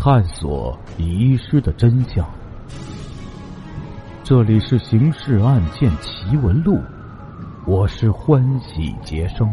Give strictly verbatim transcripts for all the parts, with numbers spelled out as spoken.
探索遗失的真相。这里是刑事案件奇闻录，我是欢喜杰生。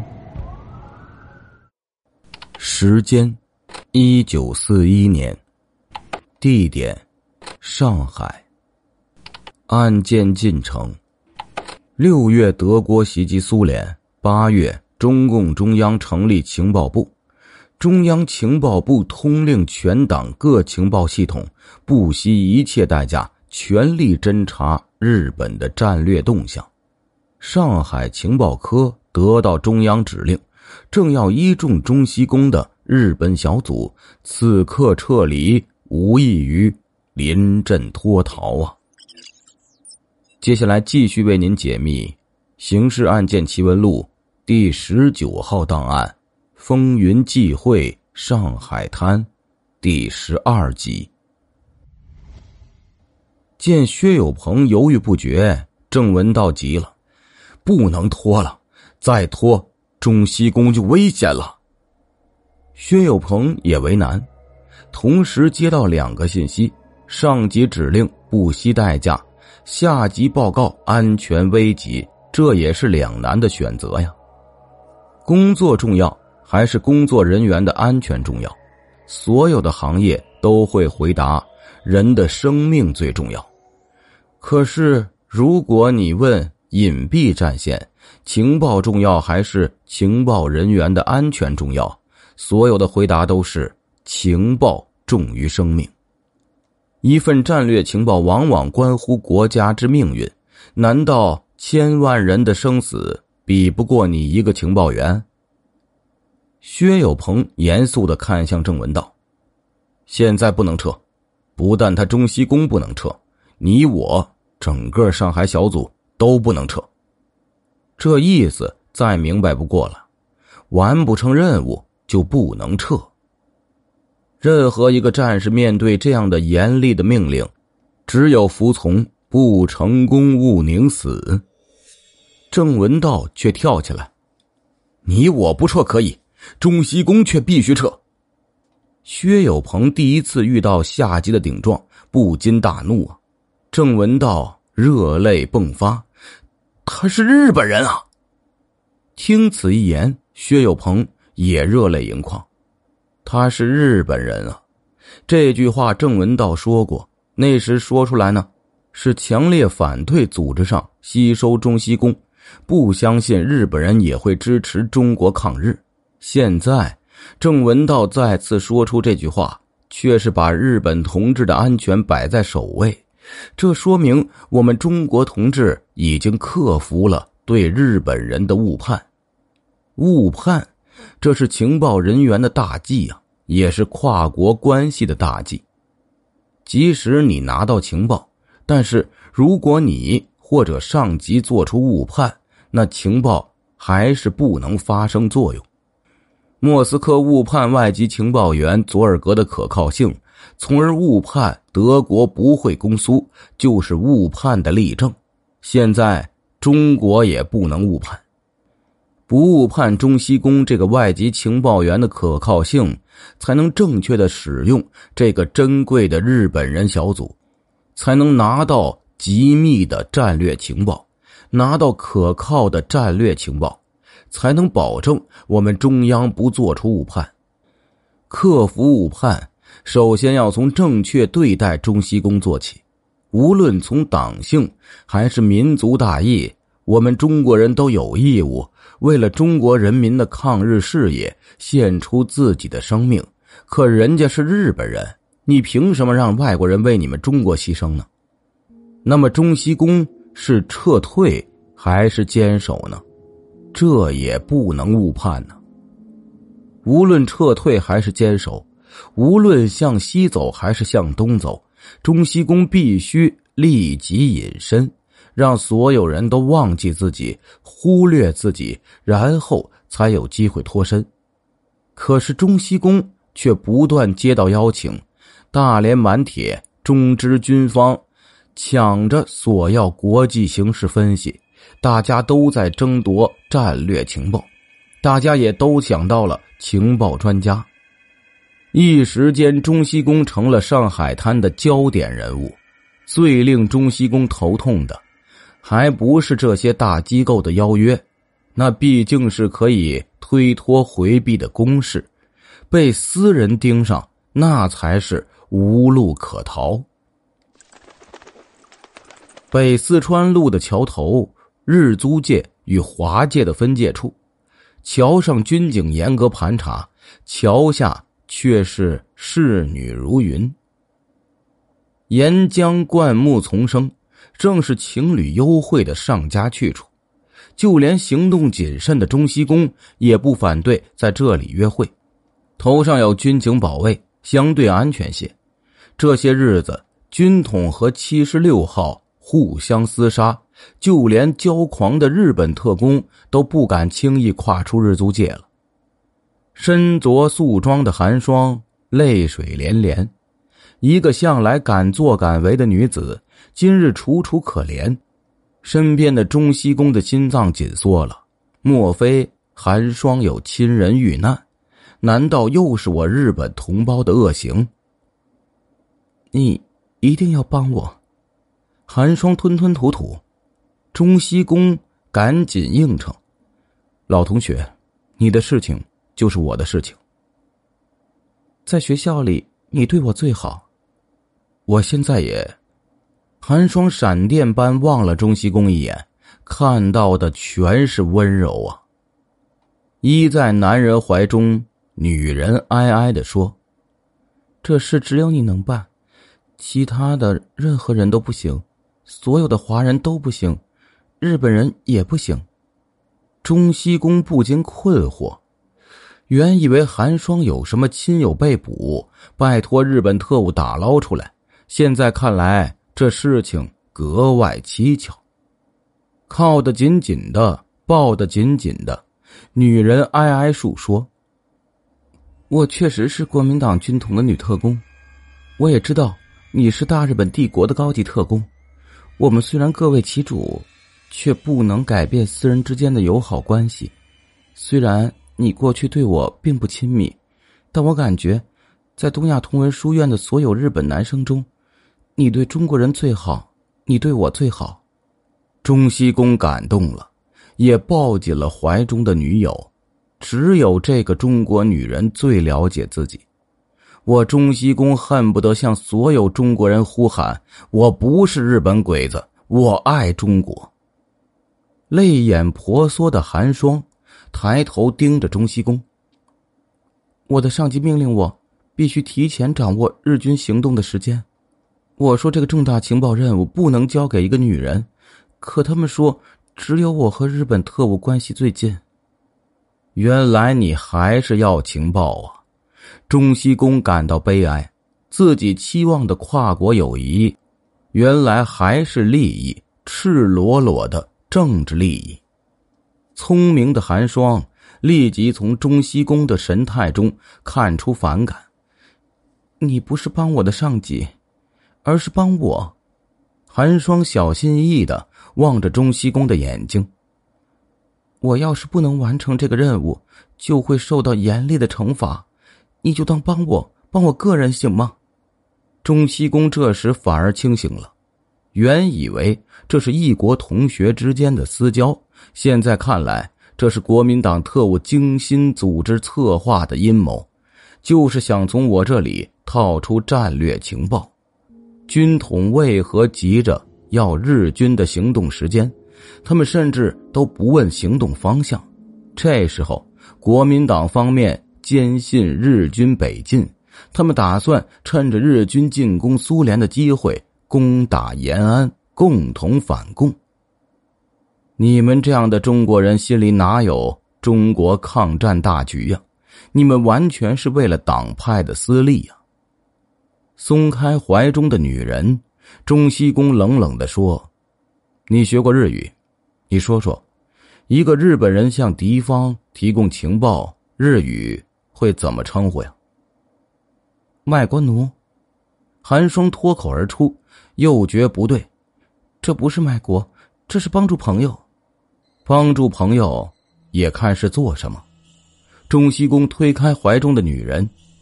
时间一九四一年，地点上海。案件进程：六月德国袭击苏联，八月中共中央成立情报部，中央情报部通令全党各情报系统不惜一切代价全力侦查日本的战略动向。上海情报科得到中央指令，正要依中中西宫的日本小组此刻撤离，无异于临阵脱逃啊！接下来继续为您解密《刑事案件奇闻录》第十九号档案：风云际会上海滩第十二集。见薛有朋犹豫不决，郑文道急了：不能拖了，再拖中西宫就危险了。薛有朋也为难，同时接到两个信息：上级指令不惜代价，下级报告安全危急，这也是两难的选择呀。工作重要还是工作人员的安全重要？所有的行业都会回答人的生命最重要。可是如果你问隐蔽战线，情报重要还是情报人员的安全重要，所有的回答都是情报重于生命。一份战略情报往往关乎国家之命运，难道千万人的生死比不过你一个情报员？薛有朋严肃地看向郑文道：现在不能撤，不但他中西宫不能撤，你我整个上海小组都不能撤。这意思再明白不过了，完不成任务就不能撤。任何一个战士面对这样的严厉的命令，只有服从，不成功勿宁死。郑文道却跳起来：你我不撤可以，中西宫却必须撤。薛有朋第一次遇到下级的顶撞，不禁大怒啊！郑文道热泪迸发：他是日本人啊！听此一言，薛有朋也热泪盈眶。他是日本人啊！这句话郑文道说过，那时说出来呢，是强烈反对组织上吸收中西宫，不相信日本人也会支持中国抗日。现在郑文道再次说出这句话，却是把日本同志的安全摆在首位，这说明我们中国同志已经克服了对日本人的误判。误判，这是情报人员的大忌啊，也是跨国关系的大忌。即使你拿到情报，但是如果你或者上级做出误判，那情报还是不能发生作用。莫斯科误判外籍情报员佐尔格的可靠性，从而误判德国不会攻苏，就是误判的例证。现在中国也不能误判。不误判中西宫这个外籍情报员的可靠性，才能正确的使用这个珍贵的日本人小组，才能拿到机密的战略情报，拿到可靠的战略情报，才能保证我们中央不做出误判。克服误判，首先要从正确对待中西宫做起。无论从党性还是民族大义，我们中国人都有义务为了中国人民的抗日事业献出自己的生命。可人家是日本人，你凭什么让外国人为你们中国牺牲呢？那么中西宫是撤退还是坚守呢？这也不能误判呢。无论撤退还是坚守，无论向西走还是向东走，中西宫必须立即隐身，让所有人都忘记自己，忽略自己，然后才有机会脱身。可是中西宫却不断接到邀请，大连满铁，中支军方抢着索要国际形势分析，大家都在争夺战略情报，大家也都想到了情报专家。 一时间，中西宫成了上海滩的焦点人物。最令中西宫头痛的，还不是这些大机构的邀约，那毕竟是可以推脱回避的公事，被私人盯上，那才是无路可逃。北四川路的桥头，日租界与华界的分界处，桥上军警严格盘查，桥下却是仕女如云。沿江灌木丛生，正是情侣幽会的上佳去处，就连行动谨慎的中西宫也不反对在这里约会。头上有军警保卫，相对安全些。这些日子，军统和七十六号互相厮杀，就连骄狂的日本特工都不敢轻易跨出日租界了。身着素装的寒霜泪水连连，一个向来敢作敢为的女子，今日楚楚可怜。身边的中西宫的心脏紧缩了，莫非寒霜有亲人遇难？难道又是我日本同胞的恶行？你一定要帮我。寒霜吞吞吐吐，中西宫赶紧应承：老同学，你的事情就是我的事情。在学校里你对我最好，我现在也……寒霜闪电般望了中西宫一眼，看到的全是温柔啊。依在男人怀中，女人哀哀地说：这事只有你能办，其他的任何人都不行，所有的华人都不行，日本人也不行。中西宫不禁困惑，原以为寒霜有什么亲友被捕，拜托日本特务打捞出来，现在看来这事情格外蹊跷。靠得紧紧的，抱得紧紧的，女人哀哀述说：我确实是国民党军统的女特工，我也知道你是大日本帝国的高级特工，我们虽然各为其主，却不能改变私人之间的友好关系。虽然你过去对我并不亲密，但我感觉在东亚同文书院的所有日本男生中，你对中国人最好，你对我最好。中西宫感动了，也抱紧了怀中的女友。只有这个中国女人最了解自己。我中西宫恨不得向所有中国人呼喊：我不是日本鬼子，我爱中国。泪眼婆娑的寒霜抬头盯着中西宫。我的上级命令我必须提前掌握日军行动的时间。我说这个重大情报任务不能交给一个女人，可他们说只有我和日本特务关系最近。原来你还是要情报啊！中西宫感到悲哀，自己期望的跨国友谊，原来还是利益，赤裸裸的政治利益。聪明的寒霜立即从中西宫的神态中看出反感。你不是帮我的上级，而是帮我。寒霜小心翼翼地望着中西宫的眼睛。我要是不能完成这个任务，就会受到严厉的惩罚，你就当帮我帮我个人行吗？中西宫这时反而清醒了，原以为这是异国同学之间的私交，现在看来这是国民党特务精心组织策划的阴谋，就是想从我这里套出战略情报。军统为何急着要日军的行动时间？他们甚至都不问行动方向。这时候国民党方面坚信日军北进，他们打算趁着日军进攻苏联的机会攻打延安，共同反共。你们这样的中国人心里哪有中国抗战大局呀？你们完全是为了党派的私利呀！松开怀中的女人，中西宫冷冷地说：你学过日语，你说说，一个日本人向敌方提供情报，日语会怎么称呼呀？卖国奴。寒霜脱口而出，又觉不对，这不是卖国，这是帮助朋友。帮助朋友也看是做什么。中西宫推开怀中的女人，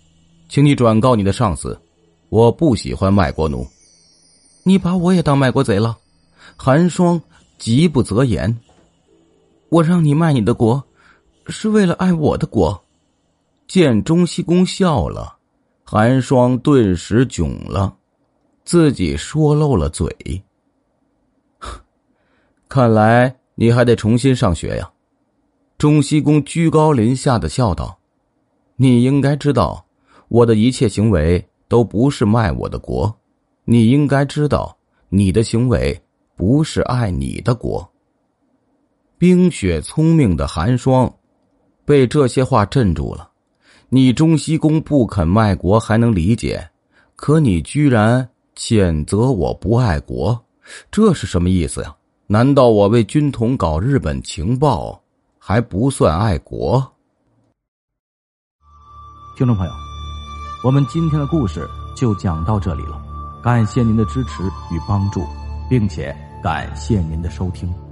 请你转告你的上司，我不喜欢卖国奴。你把我也当卖国贼了？韩双急不择言。我让你卖你的国，是为了爱我的国。见中西公笑了，韩双顿时窘了，自己说漏了嘴。看来你还得重新上学呀。中西公居高临下的笑道，你应该知道，我的一切行为都不是卖我的国，你应该知道，你的行为不是爱你的国。冰雪聪明的寒霜被这些话镇住了。你中西公不肯卖国还能理解，可你居然谴责我不爱国，这是什么意思呀？难道我为军统搞日本情报还不算爱国？ 听众朋友，我们今天的故事就讲到这里了，感谢您的支持与帮助，并且感谢您的收听。